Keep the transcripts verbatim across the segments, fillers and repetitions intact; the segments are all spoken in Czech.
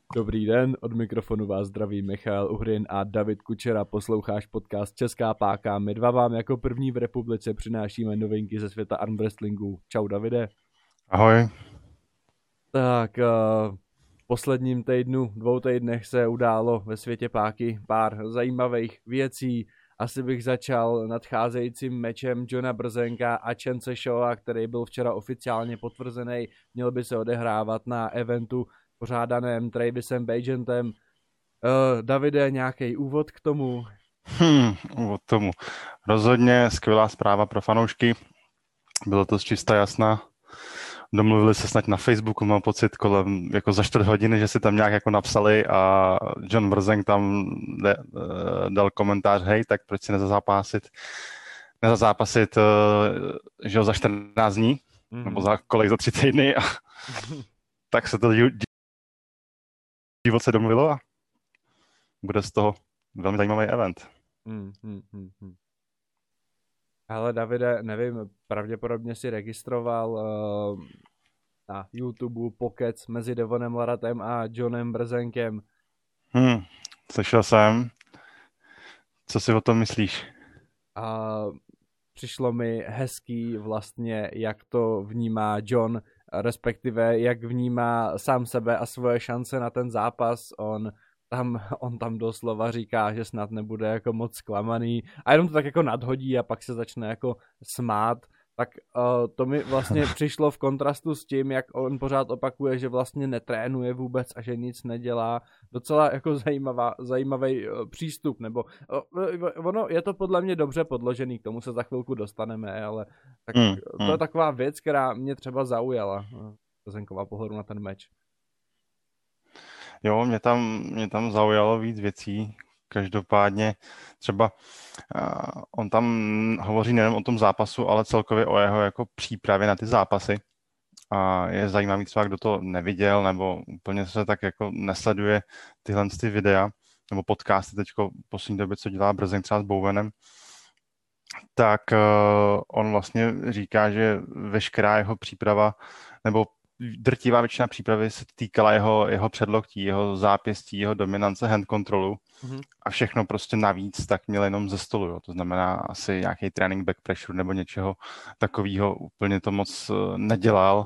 Dobrý den, od mikrofonu vás zdraví Michal Uhrin a David Kučera, posloucháš podcast Česká páka. My dva vám jako první v republice přinášíme novinky ze světa armwrestlingu. Čau Davide. Ahoj. Tak v posledním týdnu, dvou týdnech se událo ve světě páky pár zajímavých věcí. Asi bych začal nadcházejícím mečem Johna Brzenka a Chance Shoa, který byl včera oficiálně potvrzený. Měl by se odehrávat na eventu pořádaném Travisem Bagentem. Uh, Davide, nějaký úvod k tomu? Hmm, úvod k tomu. Rozhodně skvělá zpráva pro fanoušky. Bylo to z čista jasná. Domluvili se snad na Facebooku, mám pocit, kolem jako za čtvrt hodiny, že si tam nějak jako napsali a John Brzenk tam de, uh, dal komentář, hej, tak proč si nezazápasit, nezazápasit, uh, že jo, za čtrnáct dní, mm-hmm. nebo za kolik, za tři týdny a tak se to divoce domluvilo a bude z toho velmi zajímavý event. Mm, mm, mm, mm. Ale Davide, nevím, pravděpodobně si registroval uh, na YouTube pokec mezi Devonem Laratem a Johnem Brzenkem. Hmm, slyšel jsem. Co si o tom myslíš? A přišlo mi hezký vlastně, jak to vnímá John, respektive jak vnímá sám sebe a svoje šance na ten zápas. On tam, on tam doslova říká, že snad nebude jako moc zklamaný a jenom to tak jako nadhodí a pak se začne jako smát. Tak uh, to mi vlastně přišlo v kontrastu s tím, jak on pořád opakuje, že vlastně netrénuje vůbec a že nic nedělá. Docela jako zajímavá, zajímavý uh, přístup, nebo uh, ono je to podle mě dobře podložený, k tomu se za chvilku dostaneme, ale tak, mm, to mm. je taková věc, která mě třeba zaujala, uh, Brzenková pohledu na ten meč. Jo, mě tam, mě tam zaujalo víc věcí. Každopádně třeba uh, on tam hovoří nejen o tom zápasu, ale celkově o jeho jako přípravě na ty zápasy. A je zajímavý třeba, kdo to neviděl, nebo úplně se tak jako nesleduje tyhle ty videa, nebo podcasty teďko v poslední době, co dělá Brzenk třeba s Bowenem, tak uh, on vlastně říká, že veškerá jeho příprava, nebo drtivá většina přípravy se týkala jeho, jeho předloktí, jeho zápěstí, jeho dominance hand controlu mm-hmm. a všechno prostě navíc tak měl jenom ze stolu. Jo. To znamená asi nějaký trénink back pressure nebo něčeho takového úplně to moc nedělal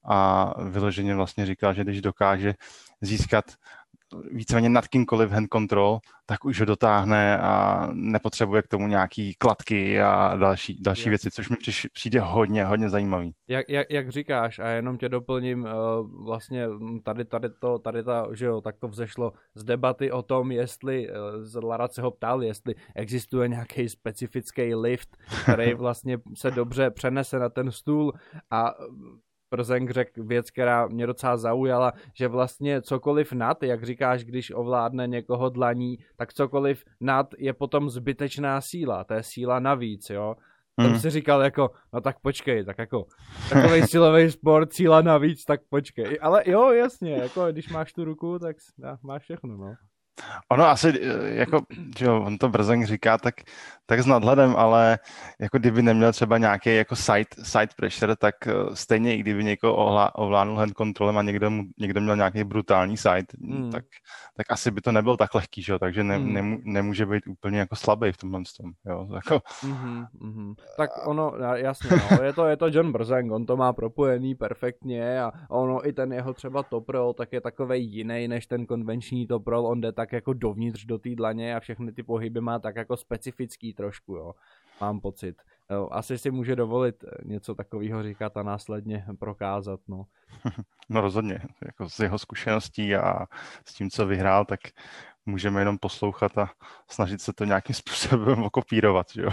a vyloženě vlastně říkal, že když dokáže získat víceméně nad kýmkoliv hand control, tak už ho dotáhne a nepotřebuje k tomu nějaký kladky a další, další věci, což mi přijde hodně, hodně zajímavý. Jak, jak, jak říkáš, a jenom tě doplním, vlastně tady, tady, to, tady ta, že jo, tak to vzešlo z debaty o tom, jestli, Larat se ho ptal, jestli existuje nějaký specifický lift, který vlastně se dobře přenese na ten stůl a Brzenk řekl věc, která mě docela zaujala, že vlastně cokoliv nad, jak říkáš, když ovládne někoho dlaní, tak cokoliv nad je potom zbytečná síla, to je síla navíc, jo. Tam mm. si říkal jako, no tak počkej, tak jako takovej silový sport, síla navíc, tak počkej. Ale jo, jasně, jako když máš tu ruku, tak máš všechno, no. Ono asi, jako, že jo, on to Brzenk říká tak, tak s nadhledem, ale jako kdyby neměl třeba nějaký jako side, side pressure, tak stejně i kdyby někoho ovládnul hand controlem a někdo, někdo měl nějaký brutální side, mm. tak, tak asi by to nebylo tak lehký, že jo, takže ne, mm. nemů, nemůže být úplně jako slabý v tomhle tom, jo, jako. Mm-hmm, mm-hmm. Tak ono, jasně, no, je to, je to John Brzenk, on to má propojený perfektně a ono i ten jeho třeba top roll, tak je takovej jiný než ten konvenční top roll, on jde tak jako dovnitř do té dlaně a všechny ty pohyby má tak jako specifický trošku, jo. Mám pocit. Asi si může dovolit něco takového říkat a následně prokázat, no. No rozhodně, jako z jeho zkušeností a s tím, co vyhrál, tak můžeme jenom poslouchat a snažit se to nějakým způsobem okopírovat, jo.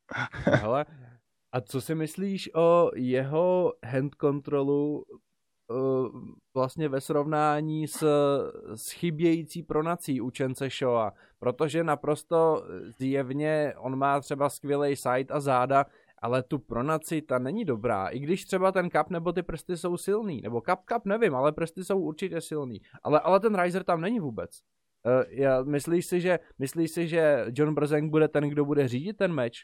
Hele, a co si myslíš o jeho hand controlu vlastně ve srovnání s, s chybějící pronací u Chance Shoa, protože naprosto zjevně on má třeba skvělej side a záda, ale tu pronaci ta není dobrá, i když třeba ten kap nebo ty prsty jsou silný, nebo kap kap nevím, ale prsty jsou určitě silný, ale, ale ten riser tam není vůbec. Uh, já, myslíš si, že, myslíš si, že John Brzenk bude ten, kdo bude řídit ten meč?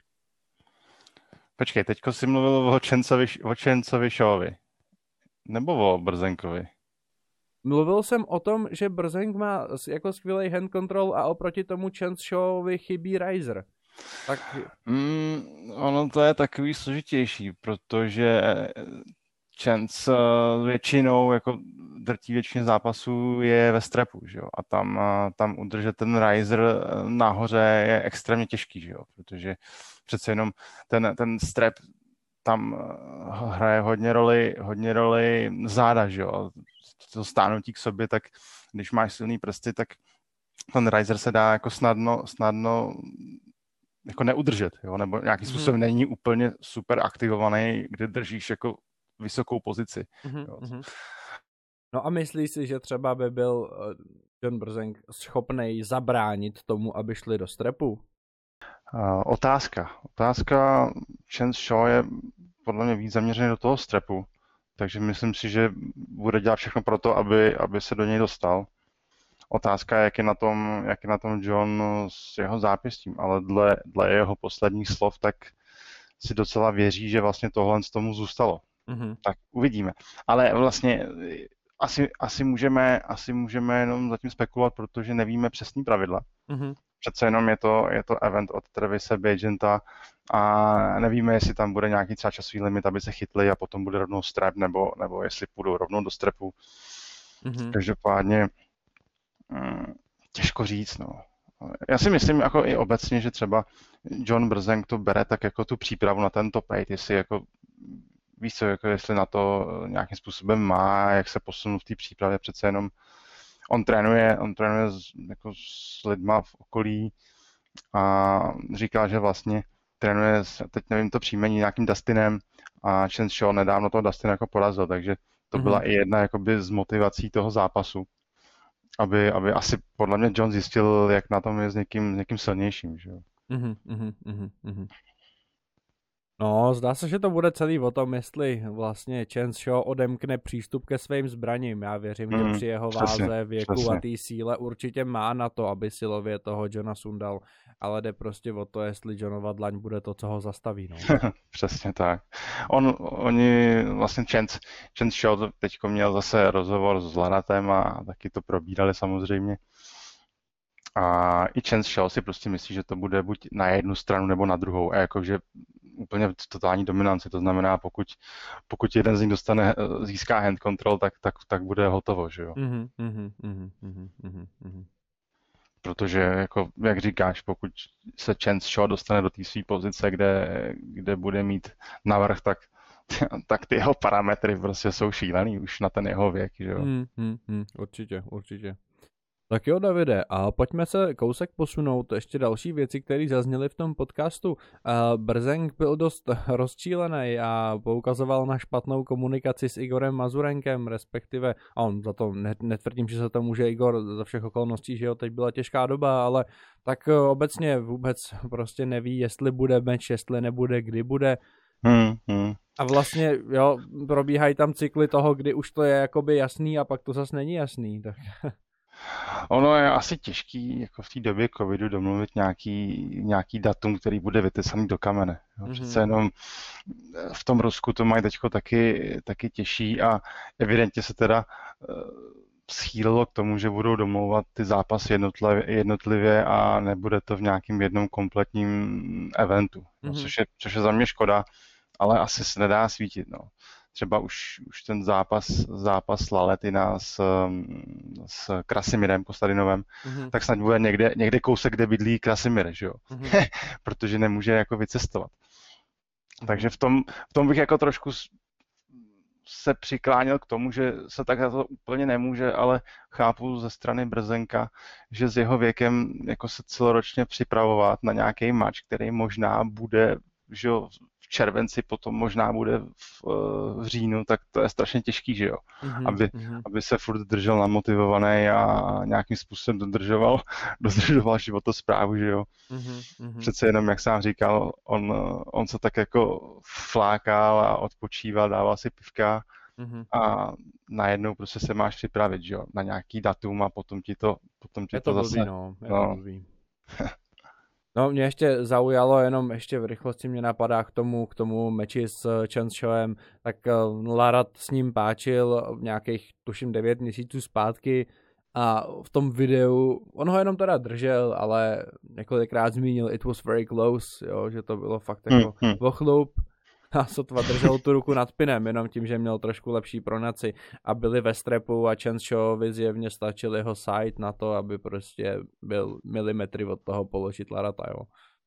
Počkej, teďko jsi mluvil o Chanceovi, o Chanceovi Shoavi. Nebo o Brzenkovi? Mluvil jsem o tom, že Brzenk má jako skvělý hand control a oproti tomu Chance Showovi chybí riser. Tak... Mm, ono to je takový složitější, protože Chance většinou, jako drtí většině zápasů je ve strapu, že jo? A tam, tam udržet ten riser nahoře je extrémně těžký, že jo? Protože přece jenom ten, ten strap tam hraje hodně roli, hodně roli záda, že jo? To stánutí k sobě, tak když máš silný prsty, tak ten riser se dá jako snadno, snadno jako neudržet, jo? Nebo nějakým způsobem hmm. není úplně super aktivovaný, kde držíš jako vysokou pozici. Mm-hmm. No a myslíš si, že třeba by byl John Brzenk schopnej zabránit tomu, aby šli do strepu? Uh, otázka. Otázka Chance Shaw je podle mě víc zaměřený do toho strepu, takže myslím si, že bude dělat všechno pro to, aby, aby se do něj dostal. Otázka je, jak je na tom, jak je na tom John s jeho zápěstím, ale dle, dle jeho posledních slov, tak si docela věří, že vlastně tohle z tomu zůstalo. Mm-hmm. Tak uvidíme. Ale vlastně asi, asi, můžeme, asi můžeme jenom zatím spekulovat, protože nevíme přesný pravidla. Mm-hmm. Přece jenom je to, je to event od Travise Bagenta a nevíme, jestli tam bude nějaký třeba časový limit, aby se chytli a potom bude rovnou strap, nebo, nebo jestli půjdou rovnou do strapu. Mm-hmm. Každopádně hm, těžko říct. No. Já si myslím jako i obecně, že třeba John Brzenk to bere tak jako tu přípravu na ten top osm, jestli jako víš co, jako jestli na to nějakým způsobem má, jak se posunul v té přípravě, přece jenom on trénuje, on trénuje s, jako s lidma v okolí a říká, že vlastně trénuje, s, teď nevím to příjmení, nějakým Dustinem a Chance Shaw nedávno toho Dustin jako porazil, takže to mm-hmm. byla i jedna jakoby z motivací toho zápasu, aby, aby asi podle mě John zjistil, jak na tom je s někým, s někým silnějším, že jo. Mm-hmm, mm-hmm, mm-hmm. No, zdá se, že to bude celý o tom, jestli vlastně Chance Shaw odemkne přístup ke svým zbraním. Já věřím, mm, že při jeho přesně, váze, věku přesně. a té síle určitě má na to, aby silově toho Johna sundal, ale jde prostě o to, jestli Johnova dlaň bude to, co ho zastaví. No. Přesně tak. On, oni vlastně Chance, Chance Shaw teďko měl zase rozhovor s Laratem a taky to probírali samozřejmě. A i Chance Shaw si prostě myslí, že to bude buď na jednu stranu nebo na druhou. A jakože úplně v totální dominanci. To znamená, pokud, pokud jeden z nich dostane, získá hand control, tak, tak, tak bude hotovo, že jo. Mm-hmm, mm-hmm, mm-hmm, mm-hmm. Protože, jako, jak říkáš, pokud se Chance Shaw dostane do té své pozice, kde, kde bude mít navrch, tak, tak ty jeho parametry prostě jsou šílený už na ten jeho věk, že jo. Mm-hmm, určitě, určitě. Tak jo, Davide, a pojďme se kousek posunout ještě další věci, které zazněly v tom podcastu. Brzenk byl dost rozčílený a poukazoval na špatnou komunikaci s Igorem Mazurenkem, respektive, a on za to netvrdím, že se to může Igor za všech okolností, že jo, teď byla těžká doba, ale tak obecně vůbec prostě neví, jestli bude meč, jestli nebude, kdy bude. Hmm, hmm. A vlastně, jo, probíhají tam cykly toho, kdy už to je jakoby jasný a pak to zase není jasný, tak... Ono je asi těžký jako v té době covidu domluvit nějaký, nějaký datum, který bude vytesaný do kamene. Jo. Přece jenom v tom Rusku to mají teďko taky, taky těžší a evidentně se teda schýlilo k tomu, že budou domlouvat ty zápasy jednotlivě, jednotlivě a nebude to v nějakým jednom kompletním eventu, no, což, je, což je za mě škoda, ale asi se nedá svítit. No. Třeba už, už ten zápas, zápas Laletina s, s Krasimirem Kostadinovem, mm-hmm. tak snad bude někde, někde kousek, kde bydlí Krasimir, že jo? Mm-hmm. Protože nemůže jako vycestovat. Mm-hmm. Takže v tom, v tom bych jako trošku se přikláněl k tomu, že se tak to úplně nemůže, ale chápu ze strany Brzenka, že s jeho věkem jako se celoročně připravovat na nějaký match, který možná bude, že jo, v červenci, potom možná bude v, v říjnu, tak to je strašně těžký, že jo. Mm-hmm, aby, mm-hmm. aby se furt držel namotivovaný a nějakým způsobem dodržoval, dodržoval životosprávu, že jo. Mm-hmm. Přece jenom, jak jsem říkal, on, on se tak jako flákal a odpočíval, dával si pivka mm-hmm. a najednou prostě se máš připravit, že jo, na nějaký datum a potom ti to, potom ti je to, to zase... Blbý, no. Je no. To blbý. No, mě ještě zaujalo, jenom ještě v rychlosti mě napadá k tomu, k tomu meči s Chance Showem, tak Larat s ním páčil nějakých, tuším, devět měsíců zpátky a v tom videu, on ho jenom teda držel, ale několikrát zmínil it was very close, jo, že to bylo fakt jako hmm, hmm. vochlup. A sotva držel tu ruku nad pinem, jenom tím, že měl trošku lepší pronaci a byli ve strepu a Chance Showovi zjevně stačil jeho side na to, aby prostě byl milimetry od toho položit Larata, jo.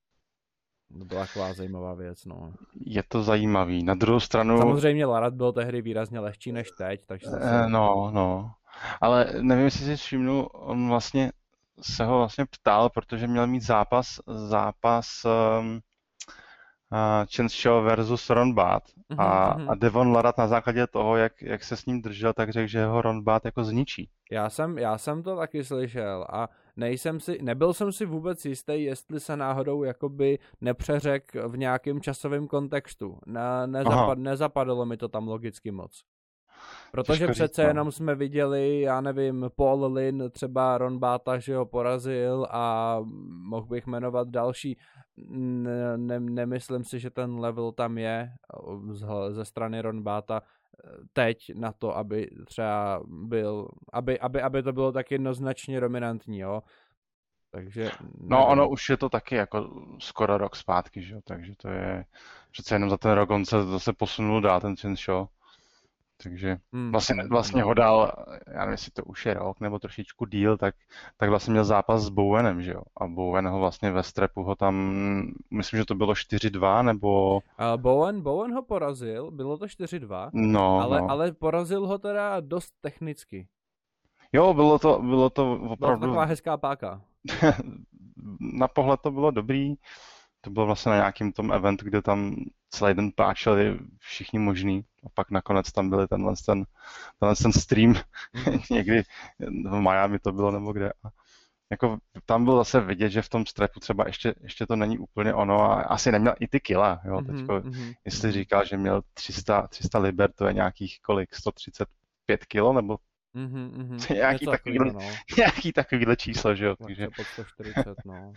To byla taková zajímavá věc, no. Je to zajímavý. Na druhou stranu... Samozřejmě Larat byl tehdy výrazně lehčí než teď, takže... Se... No, no. Ale nevím, jestli si všimnu, on vlastně se ho vlastně ptal, protože měl mít zápas, zápas... Um... Uh, Chance Show versus Ron Bát a, mm-hmm. a Devon Larat na základě toho, jak, jak se s ním držel, tak řekl, že ho Ron Bát jako zničí. Já jsem, já jsem to taky slyšel a nejsem si, nebyl jsem si vůbec jistý, jestli se náhodou jakoby nepřeřek v nějakém časovém kontextu. Ne, nezapad, nezapadlo mi to tam logicky moc. Protože Těžko přece říct, jenom jsme viděli, já nevím, Paul Lynn, třeba Ron Bata, že ho porazil a mohl bych jmenovat další. Ne, ne, nemyslím si, že ten level tam je ze strany Ron Bata teď na to, aby třeba byl, aby, aby, aby to bylo tak jednoznačně dominantní, jo. Takže... Nevím. No ono už je to taky jako skoro rok zpátky, že jo, takže to je přece jenom za ten rok on se zase posunul dál ten Chance Show. Takže vlastně, vlastně ho dal, já nevím, jestli to už je rok nebo trošičku díl, tak, tak vlastně měl zápas s Bowenem, že jo? A Bowen ho vlastně ve strepu ho tam, myslím, že to bylo čtyři dva, nebo... Uh, Bowen, Bowen ho porazil, bylo to čtyři dva, no, ale, no. ale porazil ho teda dost technicky. Jo, bylo to, bylo to opravdu... Byla to taková hezká páka. Na pohled to bylo dobrý. To bylo vlastně na nějakém tom eventu, kde tam celý den páčeli všichni možný. A pak nakonec tam byli tenhle ten, tenhle ten stream někdy v Miami to bylo nebo kde. A jako tam bylo zase vidět, že v tom strepu třeba ještě, ještě to není úplně ono a asi neměl i ty kila. Jo, teďko, mm-hmm. Jestli říkal, že měl tři sta, tři sta liber, to je nějakých kolik? sto třicet pět kilo nebo Mm-hmm, mm-hmm. To je nějaký, takovýhle, no. nějaký takovýhle číslo, že jo. Takže... pod sto čtyřicet, no.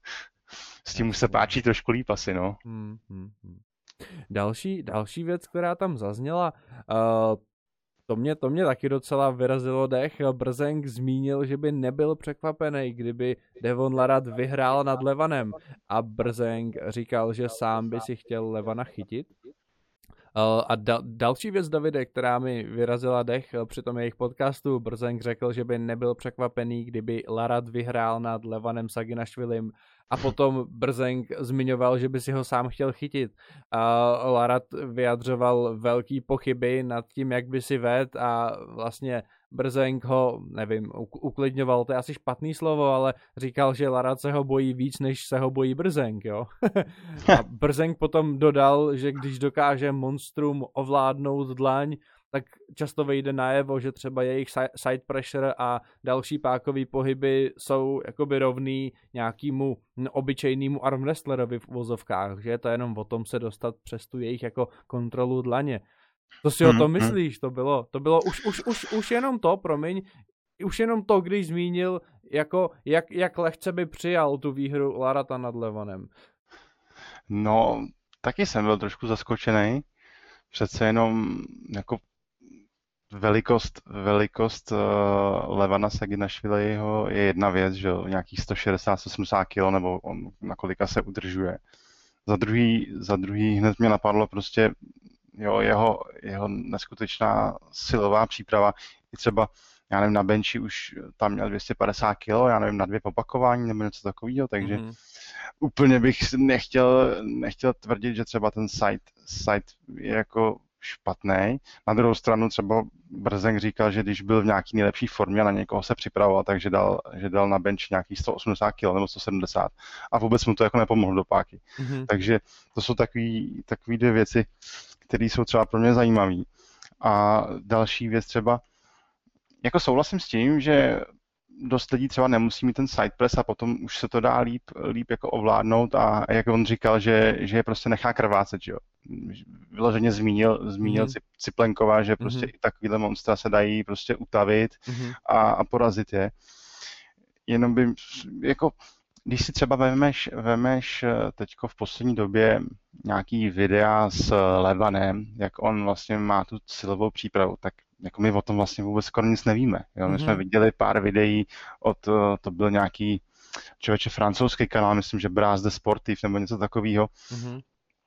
S tím už se páčí trošku líp asi, no. Hmm, hmm, hmm. Další, další věc, která tam zazněla, uh, to, mě, to mě taky docela vyrazilo dech. Brzenk zmínil, že by nebyl překvapený, kdyby Devon Larat vyhrál nad Levanem. A Brzenk říkal, že sám by si chtěl Levana chytit. Uh, a da- další věc, Davide, která mi vyrazila dech při tom jejich podcastu, Brzenk řekl, že by nebyl překvapený, kdyby Larat vyhrál nad Levanem Saginašvilim. A potom Brzenk zmiňoval, že by si ho sám chtěl chytit. A Larat vyjadřoval velký pochyby nad tím, jak by si ved a vlastně Brzenk ho, nevím, uklidňoval, to je asi špatný slovo, ale říkal, že Larat se ho bojí víc, než se ho bojí Brzenk, jo. A Brzenk potom dodal, že když dokáže monstrum ovládnout dlaň, tak často vyjde najevo, že třeba jejich side pressure a další pákový pohyby jsou jakoby rovný nějakému obyčejnému arm wrestlerovi v uvozovkách, že je to jenom o tom se dostat přes tu jejich jako kontrolu dlaně. Co si o tom myslíš? To bylo, to bylo už, už, už, už jenom to, promiň, už jenom to, když zmínil, jako, jak, jak lehce by přijal tu výhru Larata nad Levanem. No, taky jsem byl trošku zaskočený. Přece jenom jako velikost, velikost uh, Levana Saginašviliho je jedna věc, že nějakých sto šedesát až sto osmdesát kilo, nebo on na kolika se udržuje. Za druhý, za druhý hned mě napadlo prostě jo, jeho, jeho neskutečná silová příprava. I třeba, já nevím, na benchi už tam měl dvě stě padesát kilo, já nevím, na dvě opakování nebo něco takového, takže mm-hmm. úplně bych nechtěl, nechtěl tvrdit, že třeba ten site, site je jako špatný. Na druhou stranu třeba Brzenk říkal, že když byl v nějaký nejlepší formě a na někoho se připravoval, takže dal, že dal na bench nějakých sto osmdesát kilo nebo sto sedmdesát a vůbec mu to jako nepomohlo do páky. Mm-hmm. Takže to jsou takový, takový dvě věci, které jsou třeba pro mě zajímavé. A další věc třeba, jako souhlasím s tím, že dost lidí třeba nemusí mít ten side press a potom už se to dá líp, líp jako ovládnout a jak on říkal, že, že je prostě nechá krvácet, že jo. Vyloženě zmínil, zmínil mm. Ciplenkova, že prostě mm. i takovýhle monstra se dají prostě utavit mm. a, a porazit je. Jenom by, jako, když si třeba vemeš, vemeš teďko v poslední době nějaký videa s Levanem, jak on vlastně má tu silovou přípravu, tak jako my o tom vlastně vůbec skoro nic nevíme. Jo? My mm-hmm. jsme viděli pár videí od, to byl nějaký člověče francouzský kanál, myslím, že Brás Sportiv nebo něco takového. Mm-hmm.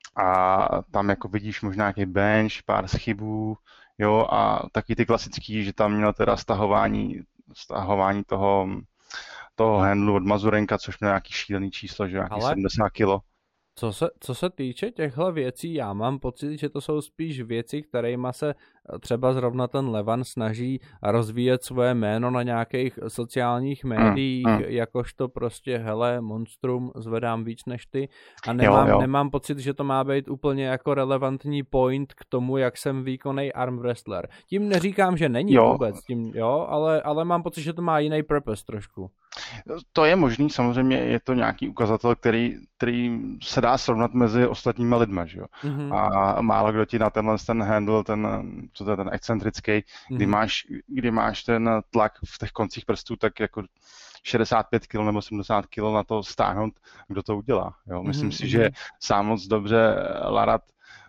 A tam jako vidíš možná nějaký bench, pár schybů, jo, a taky ty klasický, že tam měl teda stahování, stahování toho, toho handlu od Mazurenka, což měl nějaký šílený číslo, že nějaký Ale... sedmdesát kilo. Co se, co se týče těchto věcí, já mám pocit, že to jsou spíš věci, kterými se třeba zrovna ten Levan snaží rozvíjet svoje jméno na nějakých sociálních médiích, mm, mm. jakožto prostě hele, monstrum, zvedám víc než ty a nemám, jo, jo. nemám pocit, že to má být úplně jako relevantní point k tomu, jak jsem výkonný arm wrestler. Tím neříkám, že není jo. vůbec, tím, jo, ale, ale mám pocit, že to má jiný purpose trošku. To je možný, samozřejmě je to nějaký ukazatel, který, který se dá srovnat mezi ostatními lidmi, že jo. Mm-hmm. A málo kdo ti na tenhle ten handle, ten, co to je ten excentrický, mm-hmm. kdy máš, kdy máš ten tlak v těch koncích prstů, tak jako šedesát pět kilo nebo sedmdesát kilo na to stáhnout, kdo to udělá, jo. Myslím mm-hmm. si, že sám moc dobře Larat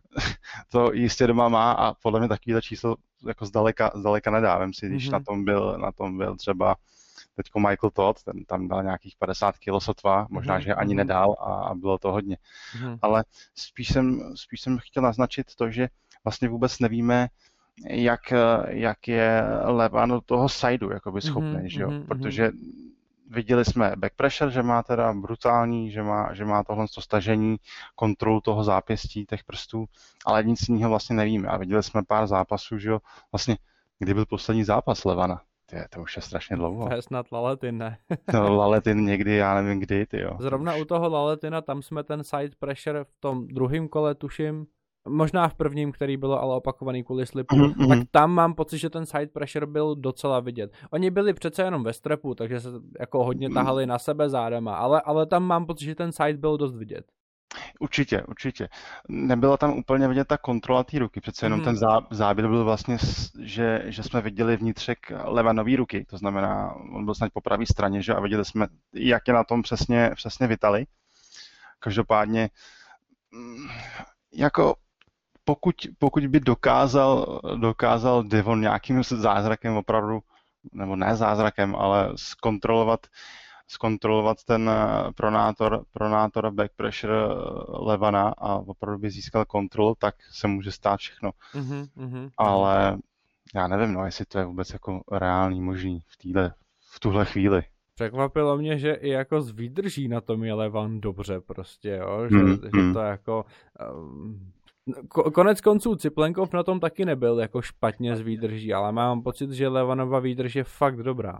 to jistě doma má a podle mě takovýhle číslo jako zdaleka, zdaleka nedá. Vem si, když mm-hmm. na tom byl, na tom byl třeba teďko Michael Todd, ten tam dal nějakých padesát kilo sotva, možná, že ani nedal a, a bylo to hodně. Mm. Ale spíš jsem, spíš jsem chtěl naznačit to, že vlastně vůbec nevíme, jak, jak je Levan do toho sideu jakoby schopný, mm, že jo? Mm, protože viděli jsme back pressure, že má teda brutální, že má, že má tohle stažení, kontrolu toho zápěstí, těch prstů, ale nic jiného vlastně nevíme. A viděli jsme pár zápasů, že jo? Vlastně, kdy byl poslední zápas Levana? Je, to už je strašně dlouho. To je snad Laletin, ne? No, Laletin někdy, já nevím kdy, ty jo. Zrovna u toho Laletina, tam jsme ten side pressure v tom druhém kole, tuším, možná v prvním, který bylo ale opakovaný kvůli slipu, mm-hmm. tak tam mám pocit, že ten side pressure byl docela vidět. Oni byli přece jenom ve strepu, takže se jako hodně tahali na sebe zádama, ale, ale tam mám pocit, že ten side byl dost vidět. Určitě, určitě. Nebyla tam úplně vidět ta kontrola té ruky, přece jenom mm. ten zá, záběr byl vlastně, že, že jsme viděli vnitřek Levanový ruky, to znamená, on byl snad po pravé straně, že a viděli jsme, jak je na tom přesně, přesně Vitali. Každopádně, jako pokud, pokud by dokázal, dokázal Devon nějakým zázrakem opravdu, nebo ne zázrakem, ale zkontrolovat zkontrolovat ten pronátor, pronátor back pressure Levana a opravdu by získal kontrolu, tak se může stát všechno. Mm-hmm, mm-hmm. Ale já nevím, no, jestli to je vůbec jako reálný možný v, týhle, v tuhle chvíli. Překvapilo mě, že i jako z výdrží na tom je Levan dobře prostě, jo, že, mm, že mm. to jako... Um... Konec konců Ciplenkov na tom taky nebyl jako špatně z výdrží, ale mám pocit, že Levanova výdrž je fakt dobrá.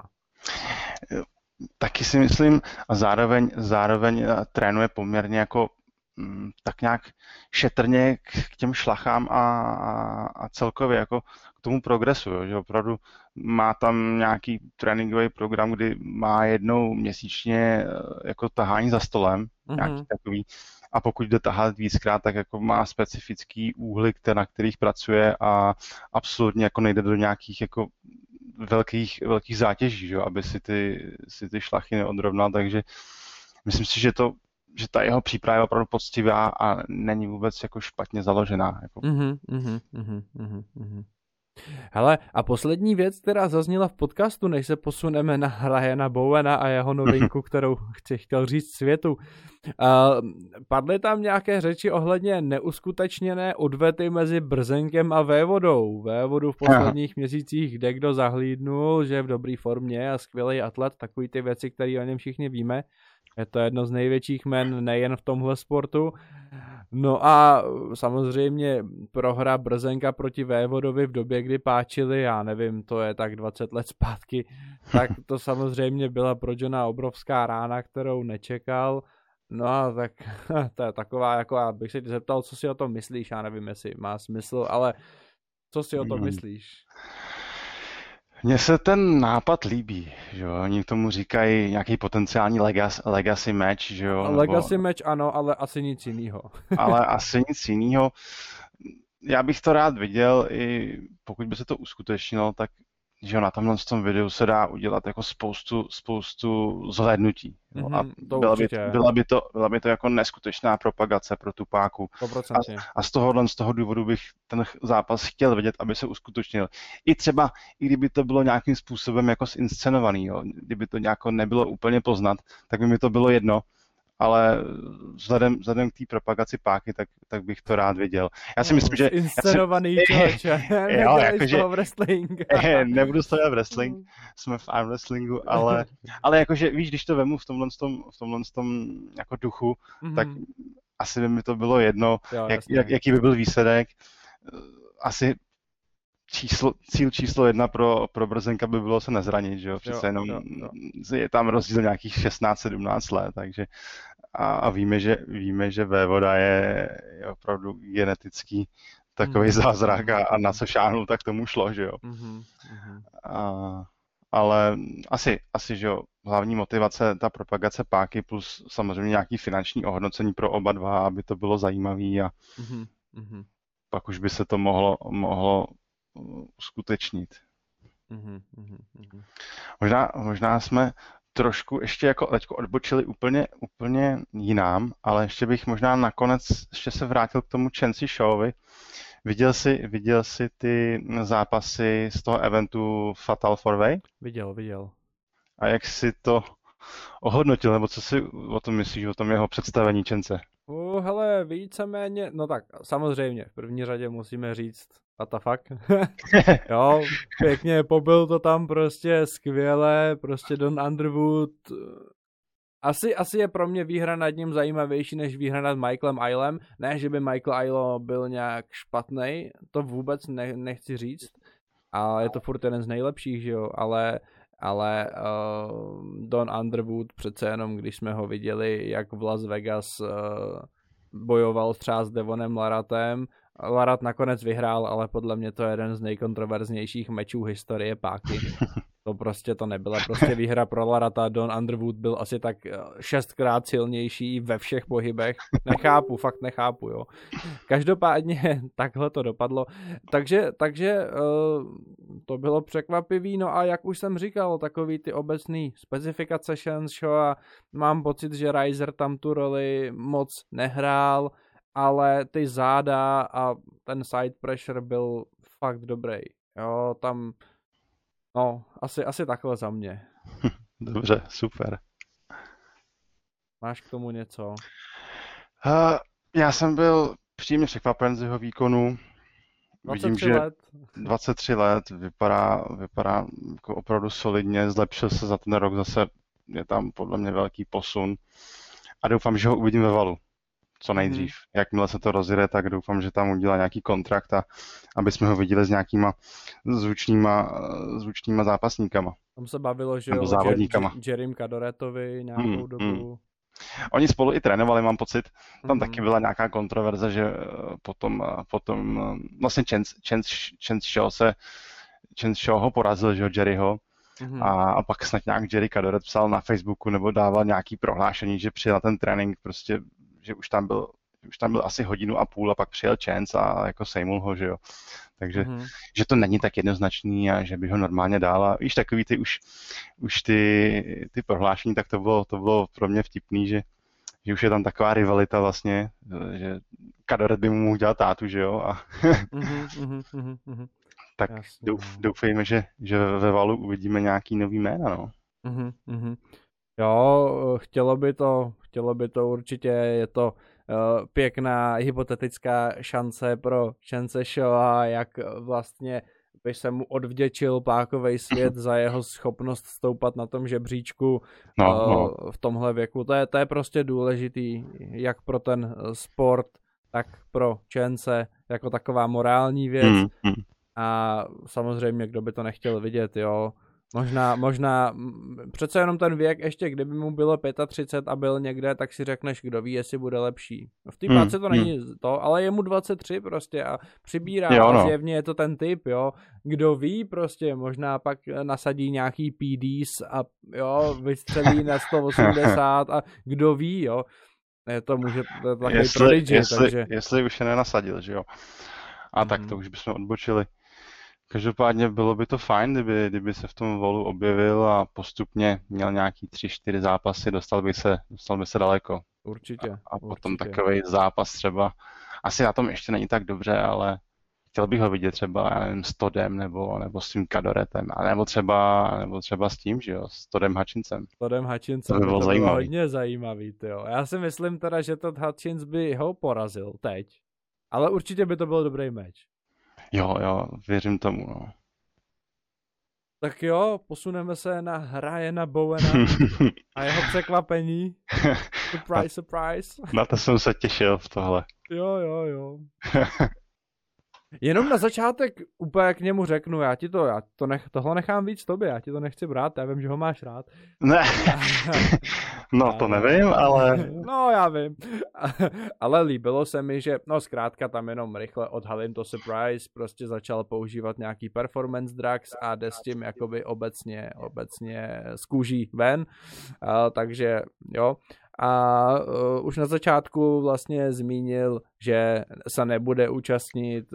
Taky si myslím a zároveň, zároveň trénuje poměrně jako m, tak nějak šetrně k, k těm šlachám a, a, a celkově jako k tomu progresu, jo, že opravdu má tam nějaký tréninkový program, kdy má jednou měsíčně jako tahání za stolem, mm-hmm. nějaký takový, a pokud jde tahat víckrát, tak jako má specifický úhly, které, na kterých pracuje a absolutně jako nejde do nějakých jako velkých, velkých zátěží, že? Aby si ty, si ty šlachy neodrovnal, takže myslím si, že, to, že ta jeho příprava je opravdu poctivá a není vůbec jako špatně založená. Jako. Mm-hmm, mm-hmm, mm-hmm. Hele, a poslední věc, která zazněla v podcastu, než se posuneme na Ryana Bowena a jeho novinku, kterou chci chtěl říct světu. Uh, padly tam nějaké řeči ohledně neuskutečněné odvety mezi Brzenkem a Vévodou. Vévodu v posledních měsících kde kdo zahlídnul, že je v dobré formě a skvělý atlet, takový ty věci, které o něm všichni víme. Je to jedno z největších men nejen v tomhle sportu. No a samozřejmě prohra Brzenka proti Vévodovi v době, kdy páčili, já nevím, to je tak dvacet let zpátky, tak to samozřejmě byla pro Johna obrovská rána, kterou nečekal. No a tak to je taková, jako já bych se tě zeptal, co si o tom myslíš, já nevím, jestli má smysl, ale co si o tom myslíš? Mně se ten nápad líbí, že jo, oni k tomu říkají nějaký potenciální legacy, legacy match, že jo. Legacy nebo... match ano, ale asi nic jinýho. Ale asi nic jinýho. Já bych to rád viděl, i pokud by se to uskutečnilo, tak že na tomhle tom videu se dá udělat jako spoustu, spoustu zhlédnutí. No, a Mm-hmm, to byla by, určitě. byla, by to, byla by to jako neskutečná propagace pro tu páku. sto procent. A, a z tohohle, z toho důvodu bych ten zápas chtěl vidět, aby se uskutečnil. I třeba, i kdyby to bylo nějakým způsobem jako zinscenovaný, jo. Kdyby to nějak nebylo úplně poznat, tak by mi to bylo jedno. Ale vzhledem, vzhledem k té propagaci páky, tak, tak bych to rád viděl. Já si myslím, že... Inscenovaný člověče, nedělej z toho wrestling. Nebudu stojat v wrestling, jsme v arm wrestlingu, ale, ale jakože, víš, když to vemu v tomhle, tom, v tomhle tom jako duchu, mm-hmm. tak asi by mi to bylo jedno, jo, jak, jak, jaký by byl výsledek. Asi číslo, cíl číslo jedna pro, pro Brzenka by bylo se nezranit, že jo, přece jo, jenom jo, jo. Je tam rozdíl nějakých šestnáct sedmnáct let, takže a, a víme, že, víme, že Vévoda je, je opravdu genetický takový mm. zázrak a, a na co šáhnul, tak tomu šlo, že jo. Mm-hmm. A, ale asi, asi, že jo, hlavní motivace, ta propagace páky plus samozřejmě nějaký finanční ohodnocení pro oba dva, aby to bylo zajímavý a mm-hmm. pak už by se to mohlo, mohlo uskutečnit. Mm-hmm, mm-hmm. Možná, možná jsme trošku ještě jako teďko odbočili úplně, úplně jinám, ale ještě bych možná nakonec ještě se vrátil k tomu Chance Showovi. Viděl jsi, viděl jsi ty zápasy z toho eventu Fatal four way? Viděl, viděl. A jak jsi to ohodnotil, nebo co si o tom myslíš, o tom jeho představení Chance? Uh, hele, víceméně, no tak samozřejmě, v první řadě musíme říct, what the fuck. Jo, pěkně pobyl to tam prostě skvěle, prostě Don Underwood. Asi, asi je pro mě výhra nad ním zajímavější než výhra nad Michaelem Ailem. Ne, že by Michael Ailo byl nějak špatný, to vůbec ne, nechci říct. A je to furt jeden z nejlepších, že jo, ale... ale uh, Don Underwood přece jenom, když jsme ho viděli, jak v Las Vegas uh, bojoval třeba s Devonem Laratem, Larat nakonec vyhrál, ale podle mě to je jeden z nejkontroverznějších mečů historie páky. To prostě to nebyla prostě výhra pro Larata. Don Underwood byl asi tak šestkrát silnější ve všech pohybech. Nechápu, fakt nechápu, jo. Každopádně takhle to dopadlo. Takže, takže uh, to bylo překvapivý. No a jak už jsem říkal, takový ty obecný specifikace Chance Show a mám pocit, že Riser tam tu roli moc nehrál, ale ty záda a ten side pressure byl fakt dobrý. Jo, tam no, asi, asi takhle za mě. Dobře, super. Máš k tomu něco? Uh, já jsem byl příjemně překvapen z jeho výkonu. Vidím, že let. dvacet tři let, vypadá, vypadá jako opravdu solidně, zlepšil se za ten rok, zase je tam podle mě velký posun a doufám, že ho uvidím ve Valu co nejdřív. Hmm. Jakmile se to rozjede, tak doufám, že tam udělá nějaký kontrakt a aby jsme ho viděli s nějakýma zvučnýma, zvučnýma zápasníkama. Tam se bavilo, že jo, závodníkama. Jerrym Kadoretovi nějakou hmm, dobu. Hmm. Oni spolu i trénovali, mám pocit. Tam mm-hmm. taky byla nějaká kontroverze, že potom, potom vlastně Chance, Chance, Chance Show se Chance Show ho porazil, že jo, Jerryho. Mm-hmm. A, a pak snad nějak Jerry Kadoret psal na Facebooku nebo dával nějaký prohlášení, že přijel ten trénink, prostě, že už tam byl, už tam byl asi hodinu a půl a pak přijel Chance a jako sejmul ho, že jo. Takže, mm-hmm. že to není tak jednoznačný a že by ho normálně dál. A víš, takový ty už, už ty, ty prohlášení, tak to bylo, to bylo pro mě vtipný, že, že už je tam taková rivalita vlastně, že Kadoret by mu mohl dělat tátu, že jo. A mm-hmm, mm-hmm, mm-hmm. tak douf, doufejme, že, že ve Valu uvidíme nějaký nový jména, no. Mm-hmm, mm-hmm. Jo, chtělo by to, chtělo by to určitě, je to uh, pěkná hypotetická šance pro Chance Show a jak vlastně by se mu odvděčil pákovej svět za jeho schopnost stoupat na tom žebříčku no, uh, no. v tomhle věku. To je, to je prostě důležitý, jak pro ten sport, tak pro Chance, jako taková morální věc. Mm, mm. A samozřejmě, kdo by to nechtěl vidět, jo. Možná, možná, přece jenom ten věk, ještě kdyby mu bylo třicet pět a byl někde, tak si řekneš, kdo ví, jestli bude lepší. V té páce to není hmm. to, ale je mu dvacet tři prostě a přibírá, jo, no. A zjevně je to ten typ, jo. Kdo ví prostě, možná pak nasadí nějaký P Ds a jo, vystřelí na sto osmdesát a kdo ví, jo. Je to může takový jestli, prodigy, jestli, takže... Jestli už je nenasadil, že jo. A hmm. tak to už bychom odbočili Každopádně bylo by to fajn, kdyby, kdyby se v tom volu objevil a postupně měl nějaký tři, čtyři zápasy, dostal by se, dostal by se daleko. Určitě, A potom určitě. takový zápas třeba, asi na tom ještě není tak dobře, ale chtěl bych ho vidět třeba, já nevím, s Todem nebo, nebo s tím Kadoretem, a nebo třeba, nebo třeba s tím, že jo, s Todem Hutchinsem. Todem Hutchinsem To by by bylo to bylo zajímavý. hodně zajímavý, tyjo. Já si myslím teda, že Todd Hutchins by ho porazil teď, ale určitě by to byl dobrý meč. Jo, jo, věřím tomu, no. Tak jo, posuneme se na Ryana Bowena a jeho překvapení. Surprise, surprise. Na to jsem se těšil v tohle. Jo, jo, jo. Jenom na začátek úplně k němu řeknu, já ti to, já to nech, tohle nechám víc tobě, já ti to nechci brát, já vím, že ho máš rád. Ne, no to nevím, ale... No já vím, ale líbilo se mi, že, no zkrátka tam jenom rychle odhalím to surprise, prostě začal používat nějaký performance drugs a jde s tím jakoby obecně, obecně z kůží ven, uh, takže jo. A uh, už na začátku vlastně zmínil, že se nebude účastnit uh,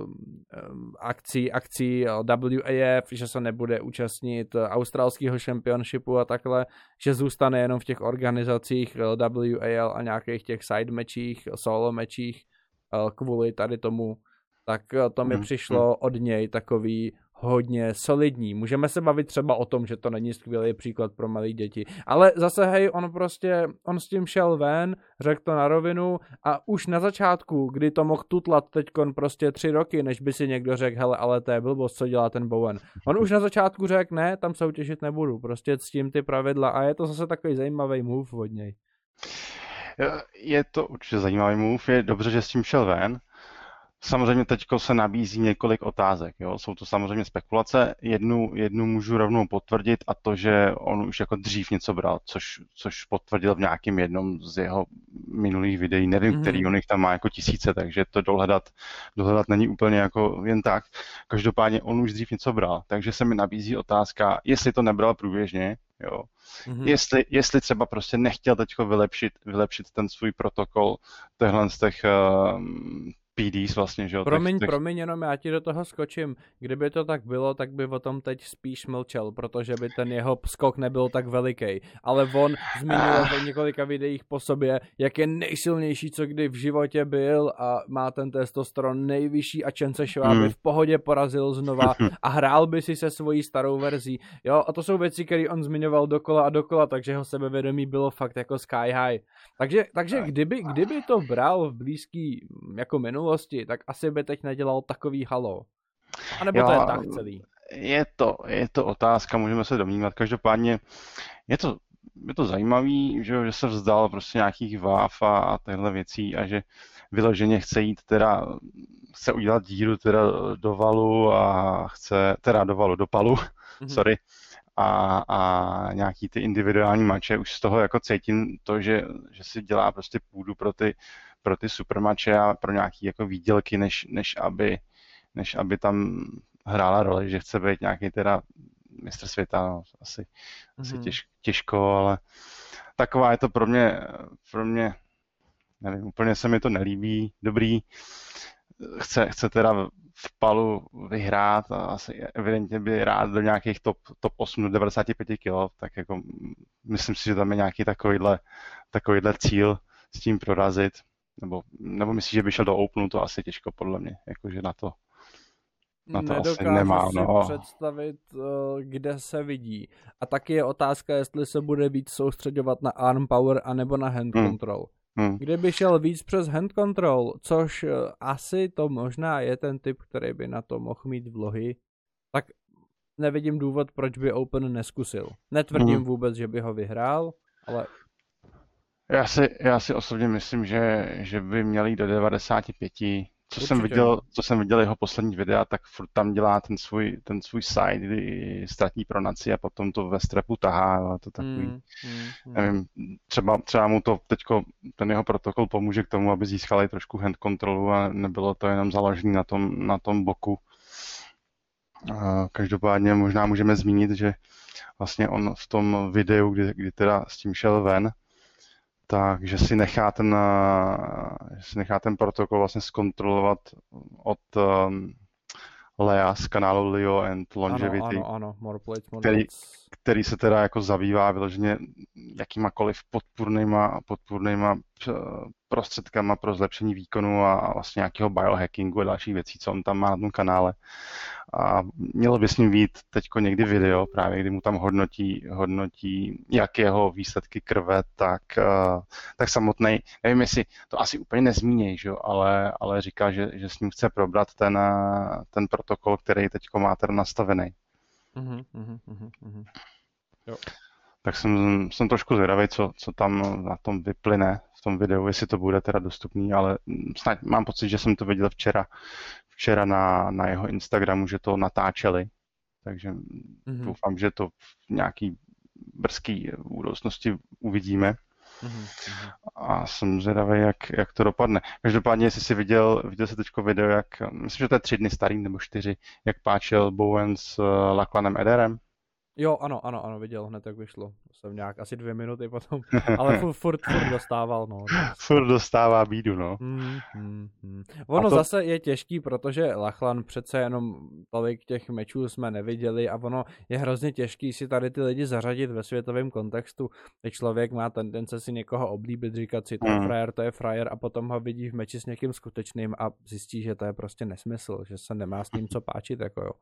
akcí, akcí W A F, že se nebude účastnit australského championshipu a takhle, že zůstane jenom v těch organizacích W A L a nějakých těch side mečích, solo mečích uh, kvůli tady tomu. Tak to mi přišlo od něj takový hodně solidní. Můžeme se bavit třeba o tom, že to není skvělý příklad pro malé děti. Ale zase, hej, on prostě, on s tím šel ven, řekl to na rovinu a už na začátku, kdy to mohl tutlat teďkon prostě tři roky, než by si někdo řekl, hele, ale to je blbost, co dělá ten Bowen. On už na začátku řekl, ne, tam soutěžit nebudu, prostě s tím ty pravidla a je to zase takový zajímavý move od něj. Je to určitě zajímavý move, je dobře, že s tím šel ven. Samozřejmě teď se nabízí několik otázek. Jo? Jsou to samozřejmě spekulace. Jednu, jednu můžu rovnou potvrdit a to, že on už jako dřív něco bral, což, což potvrdil v nějakém jednom z jeho minulých videí. Nevím, mm-hmm. který on jich tam má jako tisíce, takže to dohledat, dohledat není úplně jako jen tak. Každopádně on už dřív něco bral, takže se mi nabízí otázka, jestli to nebral průběžně, jo. Mm-hmm. Jestli, jestli třeba prostě nechtěl teďko vylepšit, vylepšit ten svůj protokol tehle z těch uh, P Ds vlastně, že jo. Promiň, těch, těch... promiň, jenom já ti do toho skočím. Kdyby to tak bylo, tak by o tom teď spíš mlčel, protože by ten jeho skok nebyl tak veliký. Ale on zmiňoval v několika videích po sobě, jak je nejsilnější, co kdy v životě byl a má ten testosteron nejvyšší a Chen Zhešová by v pohodě porazil znova a hrál by si se svojí starou verzí. Jo, a to jsou věci, které on zmiňoval dokola a dokola, takže jeho sebevědomí bylo fakt jako sky high. Takže, takže kdyby, kdyby to bral v blízký jako minulosti, tak asi by teď nedělal takový halo. A nebo jo, to je tak celý? Je to, je to otázka, můžeme se domnívat. Každopádně je to, je to zajímavý, že, že se vzdal prostě nějakých váv a, a těchto věcí a že vyloženě chce jít teda, chce udělat díru teda do valu a chce, teda do valu, do palu, mm-hmm. sorry, a, a nějaký ty individuální mače, už z toho jako cítím to, že, že si dělá prostě půdu pro ty, pro ty supermače a pro nějaký jako výdělky, než, než, aby, než aby tam hrála roli, že chce být nějaký teda mistr světa, no, asi, mm-hmm. asi těž, těžko, ale taková je to pro mě, pro mě, nevím, úplně se mi to nelíbí, dobrý, chce, chce teda v palu vyhrát a asi evidentně by rád do nějakých top, top osm do devadesát pět kilo, tak jako myslím si, že tam je nějaký takovýhle, takovýhle cíl s tím prorazit, nebo, nebo myslíš, že by šel do Openu, to asi těžko podle mě, jakože na to, na to asi nemá. Si no. představit, kde se vidí. A taky je otázka, jestli se bude víc soustředovat na arm power anebo na hand hmm. control. Hmm. Kdyby šel víc přes hand control, což asi to možná je ten typ, který by na to mohl mít vlohy, tak nevidím důvod, proč by Open neskusil. Netvrdím hmm. vůbec, že by ho vyhrál, ale... Já si, já si osobně myslím, že, že by měl jít do devadesát pět. Co jsem, viděl, co jsem viděl jeho poslední videa, tak furt tam dělá ten svůj, ten svůj side, kdy ztratí pronaci a potom to ve strapu tahá. To takový, mm, mm, nevím, třeba, třeba mu to teďko, ten jeho protokol pomůže k tomu, aby získali trošku hand kontrolu a nebylo to jenom založené na tom, na tom boku. Každopádně možná můžeme zmínit, že vlastně on v tom videu, kdy, kdy teda s tím šel ven, takže si nechá ten, že si nechá ten protokol vlastně zkontrolovat od, Lea z kanálu Leo and Longevity, Ano, ano, ano, more plates, more který, plates. který se teda jako zabývá vyloženě jakýmakoliv podpůrnýma, podpůrnýma prostředkama pro zlepšení výkonu a vlastně nějakého biohackingu a dalších věcí, co on tam má na tom kanále. A mělo by s ním být teďko někdy video, právě kdy mu tam hodnotí, hodnotí jak jeho výsledky krve, tak, tak samotný, nevím, jestli to asi úplně nezmíní, že jo, ale, ale říká, že, že s ním chce probrat ten, ten protokol, který teďko má teda nastavený. Mhm, mhm, mhm, mhm. Jo. Tak jsem, jsem trošku zvědavý, co, co tam na tom vyplyne v tom videu, jestli to bude teda dostupný, ale snad mám pocit, že jsem to viděl včera, včera na, na jeho Instagramu, že to natáčeli, takže mm-hmm. doufám, že to v nějaký brzký budoucnosti uvidíme. Mm-hmm. A jsem zvědavý, jak, jak to dopadne. Každopádně, jestli jsi viděl, viděl jsi teďko video, jak, myslím, že to je tři dny starý, nebo čtyři, jak páčil Bowen s Lachlanem Ederem. Jo, ano, ano, ano, viděl hned, jak vyšlo. Jsem nějak asi dvě minuty potom, ale furt, furt, furt dostával, no. Furt dostává bídu, no. Mm, mm, mm. Ono to... zase je těžký, protože Lachlan přece jenom tolik těch mečů jsme neviděli a ono je hrozně těžký si tady ty lidi zařadit ve světovém kontextu. Teď člověk má tendence si někoho oblíbit, říkat si, to je mm. frajer, to je frajer a potom ho vidí v meči s někým skutečným a zjistí, že to je prostě nesmysl, že se nemá s ním co páčit, jako jo.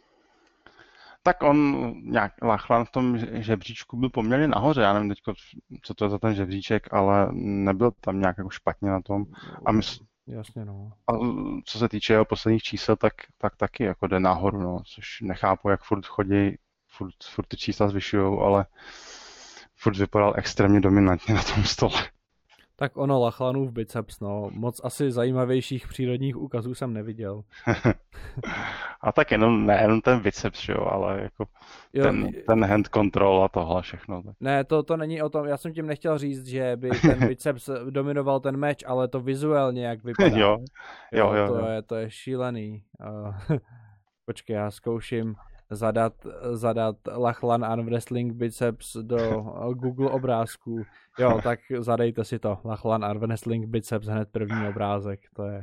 Tak on, nějak Lachlan v tom žebříčku byl poměrně nahoře, já nevím teďko, co to je za ten žebříček, ale nebyl tam nějak jako špatně na tom. A, mysl... Jasně, no. A co se týče jeho posledních čísel, tak, tak taky jako jde nahoru, no, což nechápu, jak furt chodí, furt, furt ty čísla zvyšujou, ale furt vypadal extrémně dominantně na tom stole. Tak ono Lachlanův biceps, no. Moc asi zajímavějších přírodních úkazů jsem neviděl. A tak jenom, ne jenom ten biceps, jo, ale jako jo, ten, ten hand control a tohle všechno. Tak. Ne, to, to není o tom, já jsem tím nechtěl říct, že by ten biceps dominoval ten meč, ale to vizuálně, jak vypadá. Jo, jo, jo. To, jo. Je, to je šílený. Uh, počkej, já zkouším zadat, zadat Lachlan Arm Wrestling Biceps do Google obrázků. Jo, tak zadejte si to. Lachlan Arm Wrestling Biceps, hned první obrázek. To je...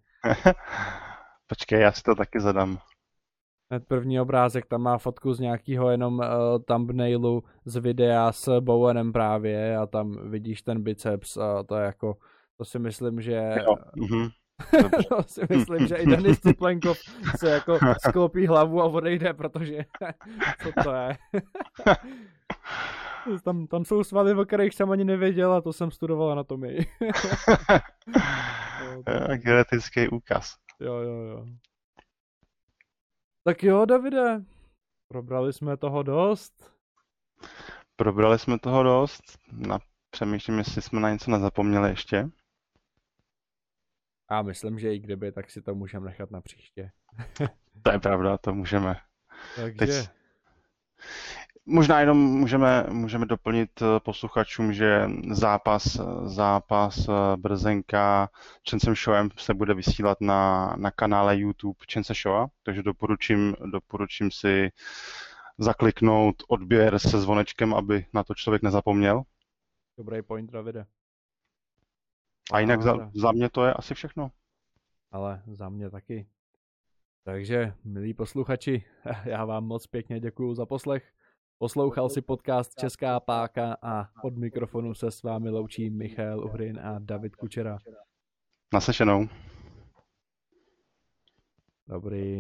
Počkej, já si to taky zadám. Hned první obrázek, tam má fotku z nějakého jenom uh, thumbnailu z videa s Bowenem právě a tam vidíš ten biceps a to je jako, to si myslím, že... Jo. Mhm. To si myslím, že i Denis Tuplenkov se jako sklopí hlavu a odejde, protože co to je? Tam, tam jsou svaly, o kterých jsem ani nevěděl a to jsem studoval anatomii. no, genetický úkaz. Jo, jo, jo. Tak jo, Davide, probrali jsme toho dost. Probrali jsme toho dost. Na, přemýšlím, jestli jsme na něco nezapomněli ještě. A myslím, že i kdyby, tak si to můžeme nechat na příště. To je pravda, to můžeme. Takže... Teď... Možná jenom můžeme, můžeme doplnit posluchačům, že zápas, zápas Brzenka Čencem Showem se bude vysílat na, na kanále YouTube Čence Showa, takže doporučím, doporučím si zakliknout odběr se zvonečkem, aby na to člověk nezapomněl. Dobrý point, Davide. A jinak za, za mě to je asi všechno. Ale za mě taky. Takže, milí posluchači, já vám moc pěkně děkuju za poslech. Poslouchal si podcast Česká páka a od mikrofonu se s vámi loučí Michal Uhrin a David Kučera. Naslyšenou. Dobrý.